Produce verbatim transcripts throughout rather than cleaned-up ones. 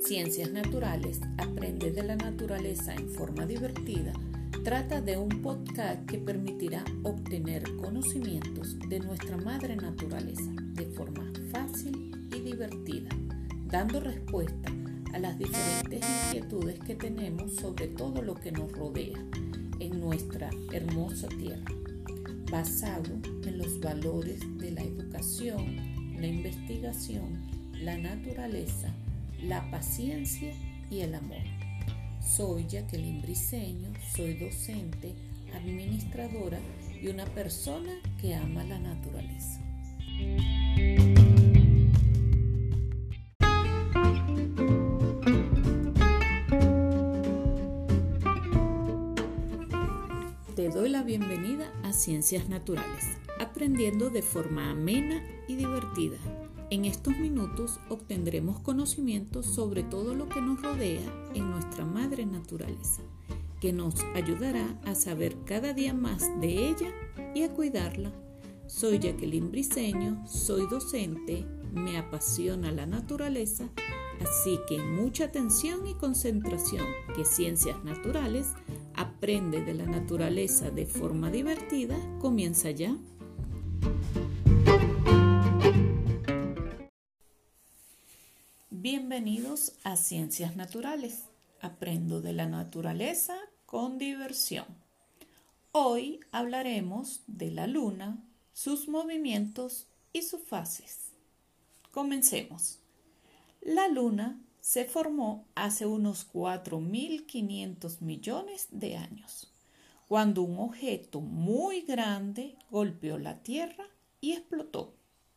Ciencias Naturales, aprende de la naturaleza en forma divertida, trata de un podcast que permitirá obtener conocimientos de nuestra madre naturaleza de forma fácil y divertida, dando respuesta a las diferentes inquietudes que tenemos sobre todo lo que nos rodea en nuestra hermosa tierra, basado en los valores de la educación, la investigación, la naturaleza, la paciencia y el amor. Soy Jacqueline Briceño, soy docente, administradora y una persona que ama la naturaleza. Te doy la bienvenida a Ciencias Naturales, aprendiendo de forma amena y divertida. En estos minutos obtendremos conocimientos sobre todo lo que nos rodea en nuestra madre naturaleza, que nos ayudará a saber cada día más de ella y a cuidarla. Soy Jacqueline Briceño, soy docente, me apasiona la naturaleza, así que mucha atención y concentración, que Ciencias Naturales aprende de la naturaleza de forma divertida, comienza ya. Bienvenidos a Ciencias Naturales. Aprendo de la naturaleza con diversión. Hoy hablaremos de la luna, sus movimientos y sus fases. Comencemos. La luna se formó hace unos cuatro mil quinientos millones de años, cuando un objeto muy grande golpeó la Tierra y explotó.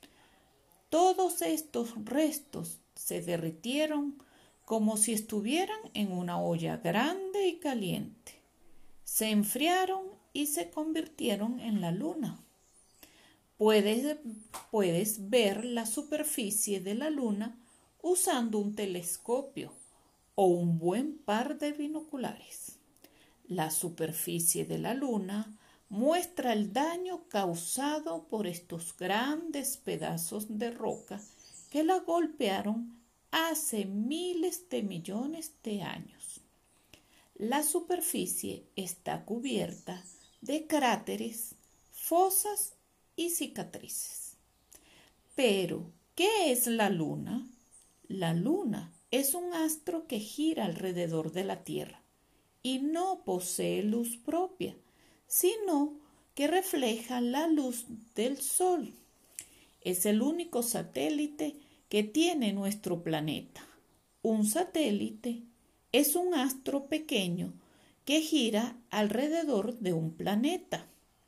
Todos estos restos se derritieron como si estuvieran en una olla grande y caliente. Se enfriaron y se convirtieron en la luna. Puedes, puedes ver la superficie de la luna usando un telescopio o un buen par de binoculares. La superficie de la luna muestra el daño causado por estos grandes pedazos de roca que la golpearon hace miles de millones de años. La superficie está cubierta de cráteres, fosas y cicatrices. Pero, ¿qué es la luna? La luna es un astro que gira alrededor de la Tierra y no posee luz propia, sino que refleja la luz del Sol. Es el único satélite que tiene nuestro planeta. Un satélite es un astro pequeño que gira alrededor de un planeta.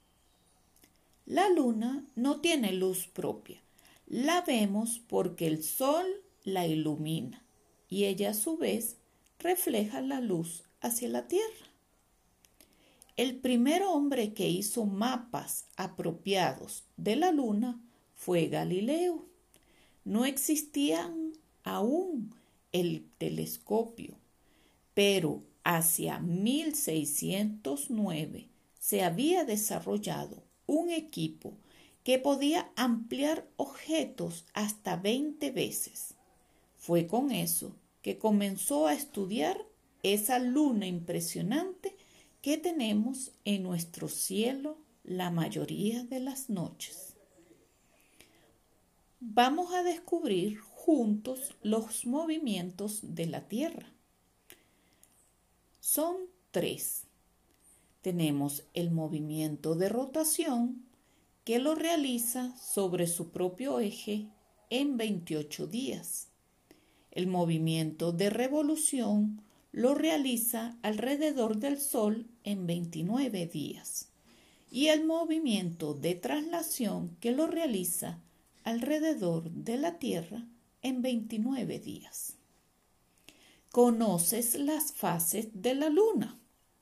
La luna no tiene luz propia. La vemos porque el Sol la ilumina y ella a su vez refleja la luz hacia la Tierra. El primer hombre que hizo mapas apropiados de la luna fue Galileo. No existían aún el telescopio, pero hacia mil seiscientos nueve se había desarrollado un equipo que podía ampliar objetos hasta veinte veces. Fue con eso que comenzó a estudiar esa luna impresionante que tenemos en nuestro cielo la mayoría de las noches. Vamos a descubrir juntos los movimientos de la Tierra. Son tres. Tenemos el movimiento de rotación, que lo realiza sobre su propio eje en veintiocho días. El movimiento de revolución lo realiza alrededor del Sol en veintinueve días. Y el movimiento de traslación, que lo realiza alrededor de la Tierra en veintinueve días. ¿Conoces las fases de la luna?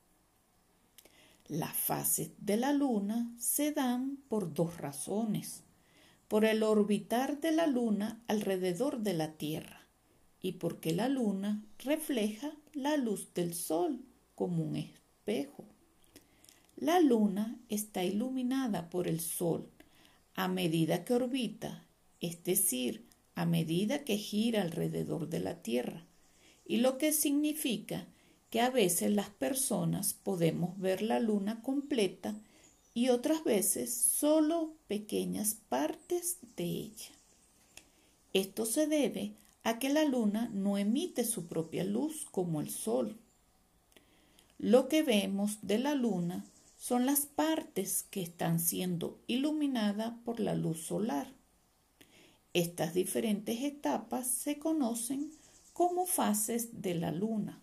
Las fases de la luna se dan por dos razones: por el orbitar de la luna alrededor de la Tierra y porque la luna refleja la luz del Sol como un espejo. La luna está iluminada por el Sol a medida que orbita, es decir, a medida que gira alrededor de la Tierra, y lo que significa que a veces las personas podemos ver la luna completa y otras veces solo pequeñas partes de ella. Esto se debe a que la luna no emite su propia luz como el sol. Lo que vemos de la luna son las partes que están siendo iluminadas por la luz solar. Estas diferentes etapas se conocen como fases de la luna.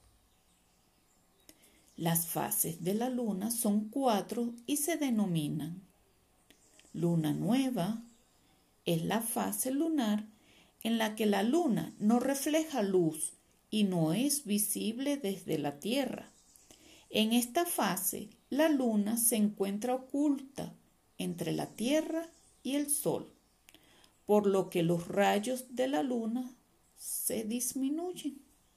Las fases de la luna son cuatro y se denominan: luna nueva es la fase lunar en la que la luna no refleja luz y no es visible desde la Tierra. En esta fase, la luna se encuentra oculta entre la Tierra y el Sol, por lo que los rayos de la luna se disminuyen.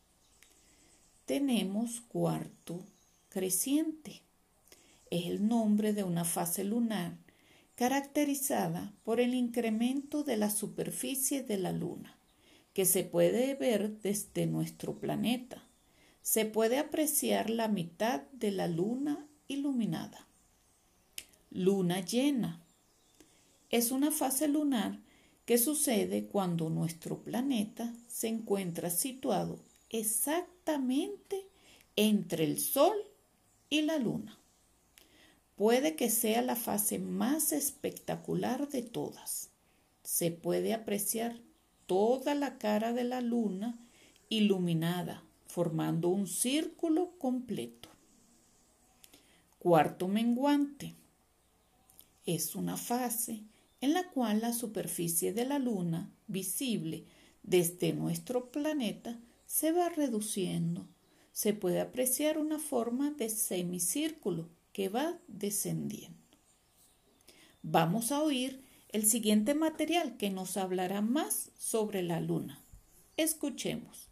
Tenemos cuarto creciente. Es el nombre de una fase lunar caracterizada por el incremento de la superficie de la luna, que se puede ver desde nuestro planeta. Se puede apreciar la mitad de la luna iluminada. Luna llena. Es una fase lunar que sucede cuando nuestro planeta se encuentra situado exactamente entre el Sol y la luna. Puede que sea la fase más espectacular de todas. Se puede apreciar toda la cara de la luna iluminada, formando un círculo completo. Cuarto menguante. Es una fase en la cual la superficie de la luna, visible desde nuestro planeta, se va reduciendo. Se puede apreciar una forma de semicírculo que va descendiendo. Vamos a oír el siguiente material que nos hablará más sobre la luna. Escuchemos.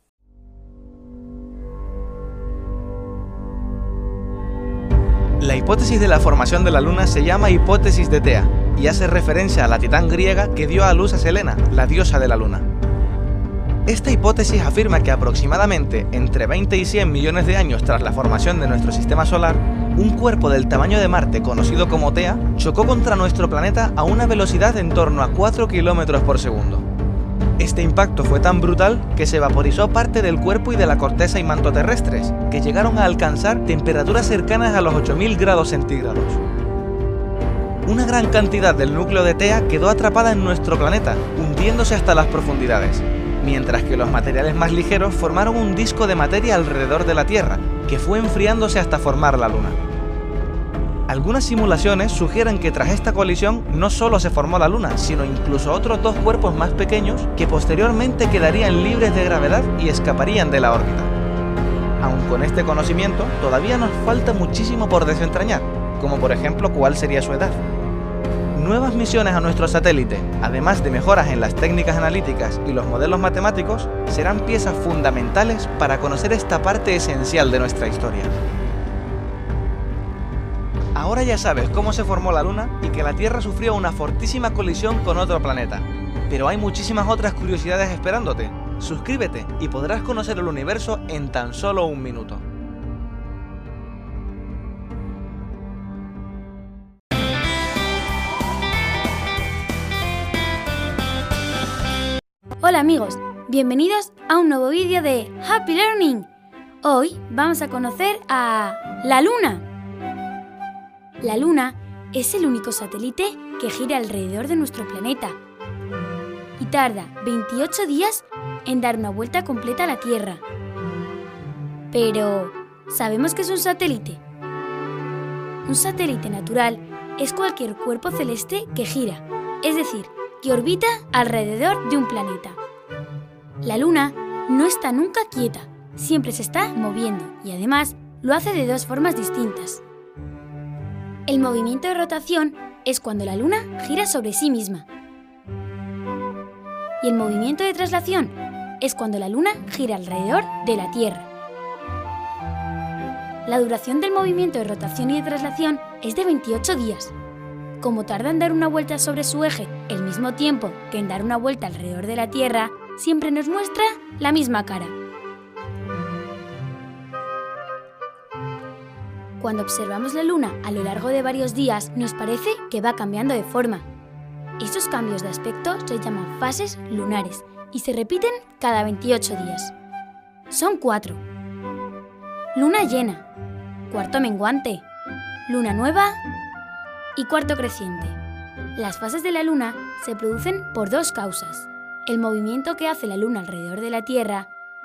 La hipótesis de la formación de la luna se llama hipótesis de Tea y hace referencia a la titán griega que dio a luz a Selena, la diosa de la luna. Esta hipótesis afirma que aproximadamente entre veinte y cien millones de años tras la formación de nuestro sistema solar, un cuerpo del tamaño de Marte conocido como Tea chocó contra nuestro planeta a una velocidad en torno a cuatro kilómetros por segundo. Este impacto fue tan brutal que se vaporizó parte del cuerpo y de la corteza y manto terrestres, que llegaron a alcanzar temperaturas cercanas a los ocho mil grados centígrados. Una gran cantidad del núcleo de Tea quedó atrapada en nuestro planeta, hundiéndose hasta las profundidades, mientras que los materiales más ligeros formaron un disco de materia alrededor de la Tierra, que fue enfriándose hasta formar la Luna. Algunas simulaciones sugieren que tras esta colisión no solo se formó la Luna, sino incluso otros dos cuerpos más pequeños que posteriormente quedarían libres de gravedad y escaparían de la órbita. Aun con este conocimiento, todavía nos falta muchísimo por desentrañar, como por ejemplo cuál sería su edad. Nuevas misiones a nuestro satélite, además de mejoras en las técnicas analíticas y los modelos matemáticos, serán piezas fundamentales para conocer esta parte esencial de nuestra historia. Ahora ya sabes cómo se formó la Luna y que la Tierra sufrió una fortísima colisión con otro planeta. Pero hay muchísimas otras curiosidades esperándote. Suscríbete y podrás conocer el universo en tan solo un minuto. Hola amigos, bienvenidos a un nuevo vídeo de Happy Learning. Hoy vamos a conocer a la Luna. La Luna es el único satélite que gira alrededor de nuestro planeta y tarda veintiocho días en dar una vuelta completa a la Tierra. Pero, ¿sabemos qué es un satélite? Un satélite natural es cualquier cuerpo celeste que gira, es decir, que orbita alrededor de un planeta. La Luna no está nunca quieta, siempre se está moviendo y además lo hace de dos formas distintas. El movimiento de rotación es cuando la Luna gira sobre sí misma. Y el movimiento de traslación es cuando la Luna gira alrededor de la Tierra. La duración del movimiento de rotación y de traslación es de veintiocho días. Como tarda en dar una vuelta sobre su eje el mismo tiempo que en dar una vuelta alrededor de la Tierra, siempre nos muestra la misma cara. Cuando observamos la luna a lo largo de varios días, nos parece que va cambiando de forma. Estos cambios de aspecto se llaman fases lunares y se repiten cada veintiocho días. Son cuatro. Luna llena, cuarto menguante, luna nueva y cuarto creciente. Las fases de la luna se producen por dos causas: el movimiento que hace la luna alrededor de la Tierra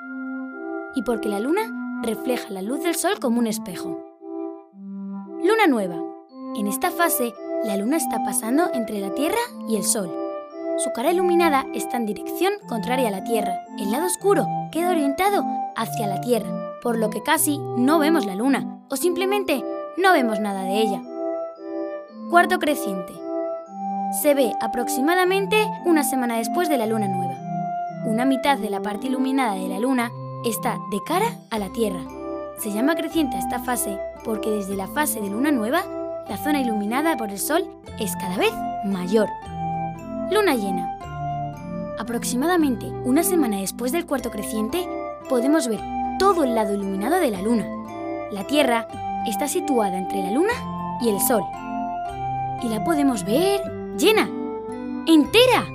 y porque la luna refleja la luz del sol como un espejo. Luna nueva. En esta fase, la luna está pasando entre la Tierra y el sol. Su cara iluminada está en dirección contraria a la Tierra. El lado oscuro queda orientado hacia la Tierra, por lo que casi no vemos la luna, o simplemente no vemos nada de ella. Cuarto creciente. Se ve aproximadamente una semana después de la luna nueva. Una mitad de la parte iluminada de la luna está de cara a la Tierra. Se llama creciente a esta fase porque desde la fase de luna nueva, la zona iluminada por el sol es cada vez mayor. Luna llena. Aproximadamente una semana después del cuarto creciente, podemos ver todo el lado iluminado de la luna. La Tierra está situada entre la luna y el sol. Y la podemos ver llena, entera.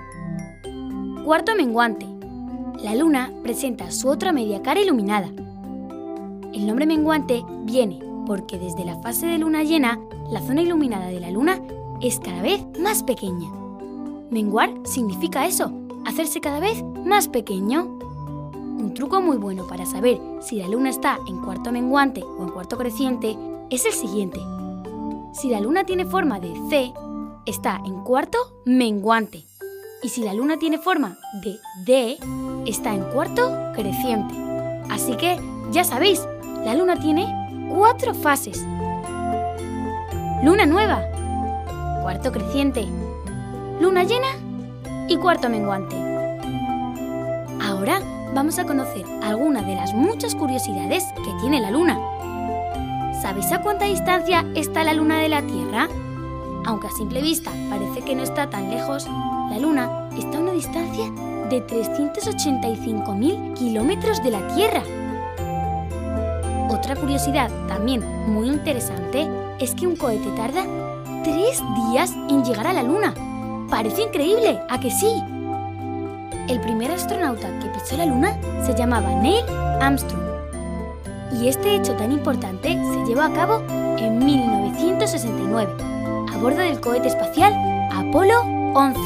Cuarto menguante. La luna presenta su otra media cara iluminada. El nombre menguante viene porque desde la fase de luna llena, la zona iluminada de la luna es cada vez más pequeña. Menguar significa eso, hacerse cada vez más pequeño. Un truco muy bueno para saber si la luna está en cuarto menguante o en cuarto creciente es el siguiente. Si la luna tiene forma de C, está en cuarto menguante. Y si la luna tiene forma de D, está en cuarto creciente. Así que, ya sabéis, la luna tiene cuatro fases. Luna nueva, cuarto creciente, luna llena y cuarto menguante. Ahora vamos a conocer algunas de las muchas curiosidades que tiene la luna. ¿Sabéis a cuánta distancia está la luna de la Tierra? Aunque a simple vista parece que no está tan lejos, la luna está a una distancia de trescientos ochenta y cinco mil kilómetros de la Tierra. Otra curiosidad también muy interesante es que un cohete tarda tres días en llegar a la luna. Parece increíble, ¿a que sí? El primer astronauta que pisó la luna se llamaba Neil Armstrong. Y este hecho tan importante se llevó a cabo en mil novecientos sesenta y nueve, a bordo del cohete espacial Apolo once.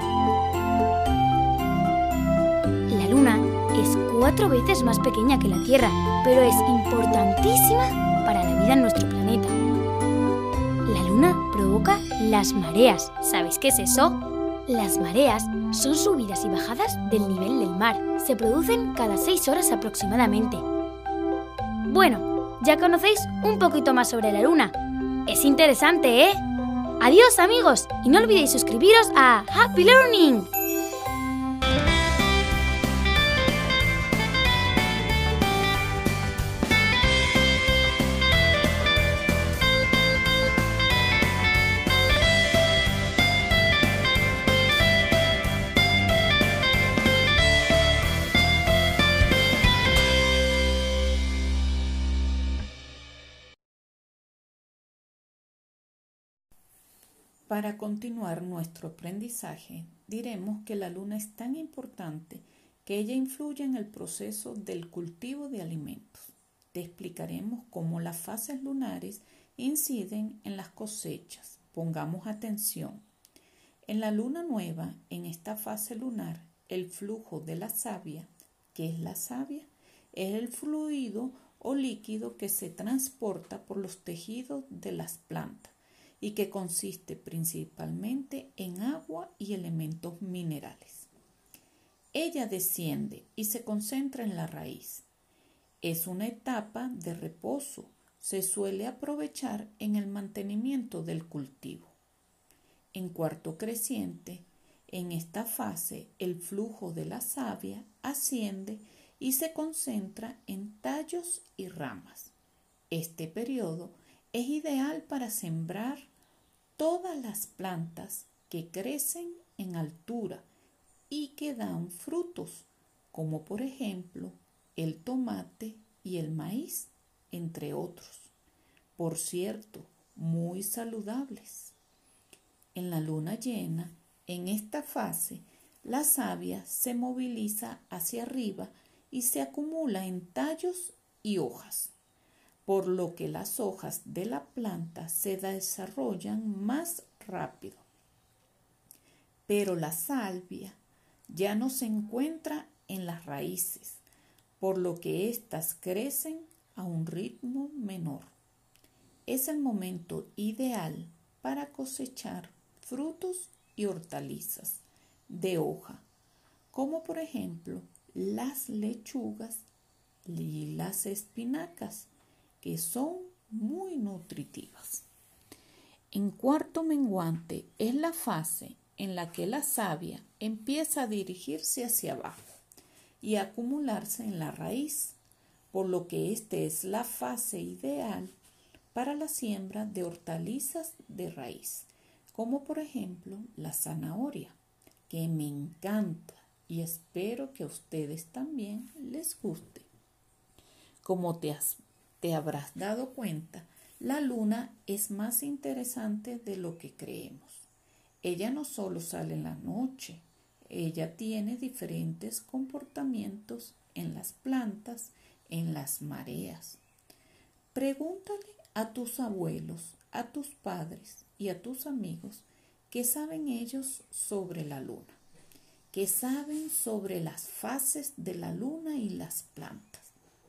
La luna es cuatro veces más pequeña que la Tierra, pero es importantísima para la vida en nuestro planeta. La luna provoca las mareas. ¿Sabéis qué es eso? Las mareas son subidas y bajadas del nivel del mar. Se producen cada seis horas aproximadamente. Bueno, ya conocéis un poquito más sobre la luna. Es interesante, ¿eh? Adiós, amigos, y no olvidéis suscribiros a Happy Learning. Para continuar nuestro aprendizaje, diremos que la luna es tan importante que ella influye en el proceso del cultivo de alimentos. Te explicaremos cómo las fases lunares inciden en las cosechas. Pongamos atención. En la luna nueva, en esta fase lunar, el flujo de la savia, ¿qué es la savia? Es el fluido o líquido que se transporta por los tejidos de las plantas y que consiste principalmente en agua y elementos minerales. Ella desciende y se concentra en la raíz. Es una etapa de reposo. Se suele aprovechar en el mantenimiento del cultivo. En cuarto creciente, en esta fase, el flujo de la savia asciende y se concentra en tallos y ramas. Este periodo es ideal para sembrar todas las plantas que crecen en altura y que dan frutos, como por ejemplo el tomate y el maíz, entre otros. por cierto, muy saludables. En la luna llena, en esta fase, la savia se moviliza hacia arriba y se acumula en tallos y hojas, por lo que las hojas de la planta se desarrollan más rápido. Pero la savia ya no se encuentra en las raíces, por lo que éstas crecen a un ritmo menor. Es el momento ideal para cosechar frutos y hortalizas de hoja, como por ejemplo las lechugas y las espinacas, que son muy nutritivas. En cuarto menguante es la fase en la que la savia empieza a dirigirse hacia abajo y a acumularse en la raíz, por lo que esta es la fase ideal para la siembra de hortalizas de raíz, como por ejemplo la zanahoria, que me encanta y espero que a ustedes también les guste. Como te, has, te habrás dado cuenta, la luna es más interesante de lo que creemos. Ella no solo sale en la noche, ella tiene diferentes comportamientos en las plantas, en las mareas. Pregúntale a tus abuelos, a tus padres y a tus amigos qué saben ellos sobre la luna, qué saben sobre las fases de la luna y las plantas.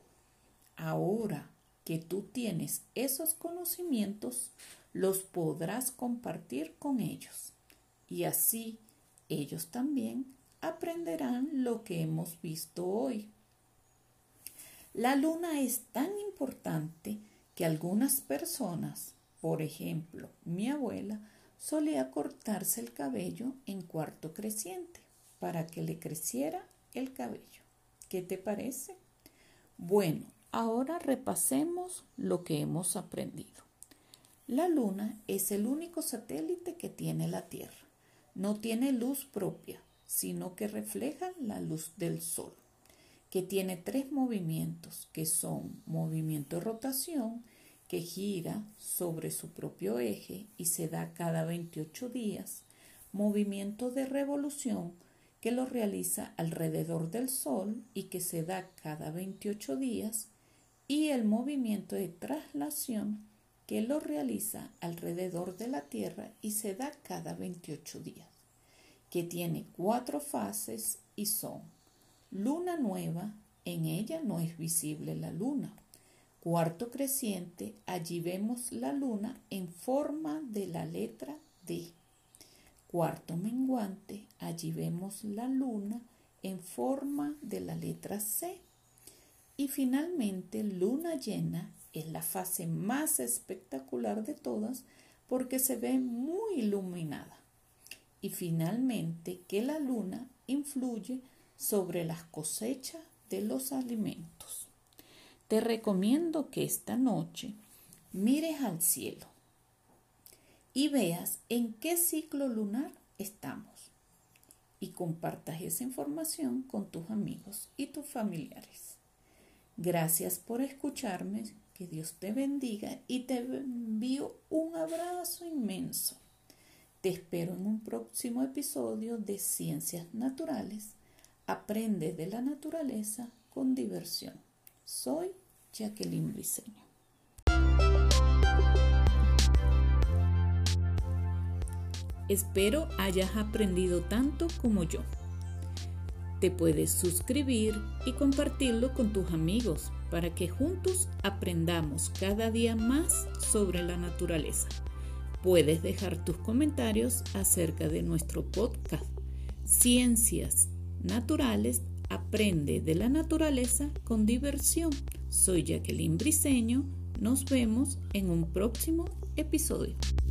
Ahora que tú tienes esos conocimientos, los podrás compartir con ellos. Y así ellos también aprenderán lo que hemos visto hoy. La luna es tan importante que algunas personas, por ejemplo, mi abuela, solía cortarse el cabello en cuarto creciente para que le creciera el cabello. ¿Qué te parece? Bueno, ahora repasemos lo que hemos aprendido. La luna es el único satélite que tiene la Tierra. No tiene luz propia, sino que refleja la luz del Sol, que tiene tres movimientos, que son movimiento de rotación, que gira sobre su propio eje y se da cada veintiocho días, movimiento de revolución, que lo realiza alrededor del Sol y que se da cada veintiocho días, y el movimiento de traslación, que lo realiza alrededor de la Tierra y se da cada veintiocho días, que tiene cuatro fases y son: luna nueva, en ella no es visible la luna; cuarto creciente, allí vemos la luna en forma de la letra D; cuarto menguante, allí vemos la luna en forma de la letra C; y finalmente luna llena es la fase más espectacular de todas porque se ve muy iluminada. Y finalmente que la luna influye sobre las cosechas de los alimentos. Te recomiendo que esta noche mires al cielo y veas en qué ciclo lunar estamos y compartas esa información con tus amigos y tus familiares. Gracias por escucharme, que Dios te bendiga y te envío un abrazo inmenso. Te espero en un próximo episodio de Ciencias Naturales. Aprende de la naturaleza con diversión. Soy Jacqueline Briceño. Espero hayas aprendido tanto como yo. Te puedes suscribir y compartirlo con tus amigos para que juntos aprendamos cada día más sobre la naturaleza. Puedes dejar tus comentarios acerca de nuestro podcast Ciencias Naturales, aprende de la naturaleza con diversión. Soy Jacqueline Briceño. Nos vemos en un próximo episodio.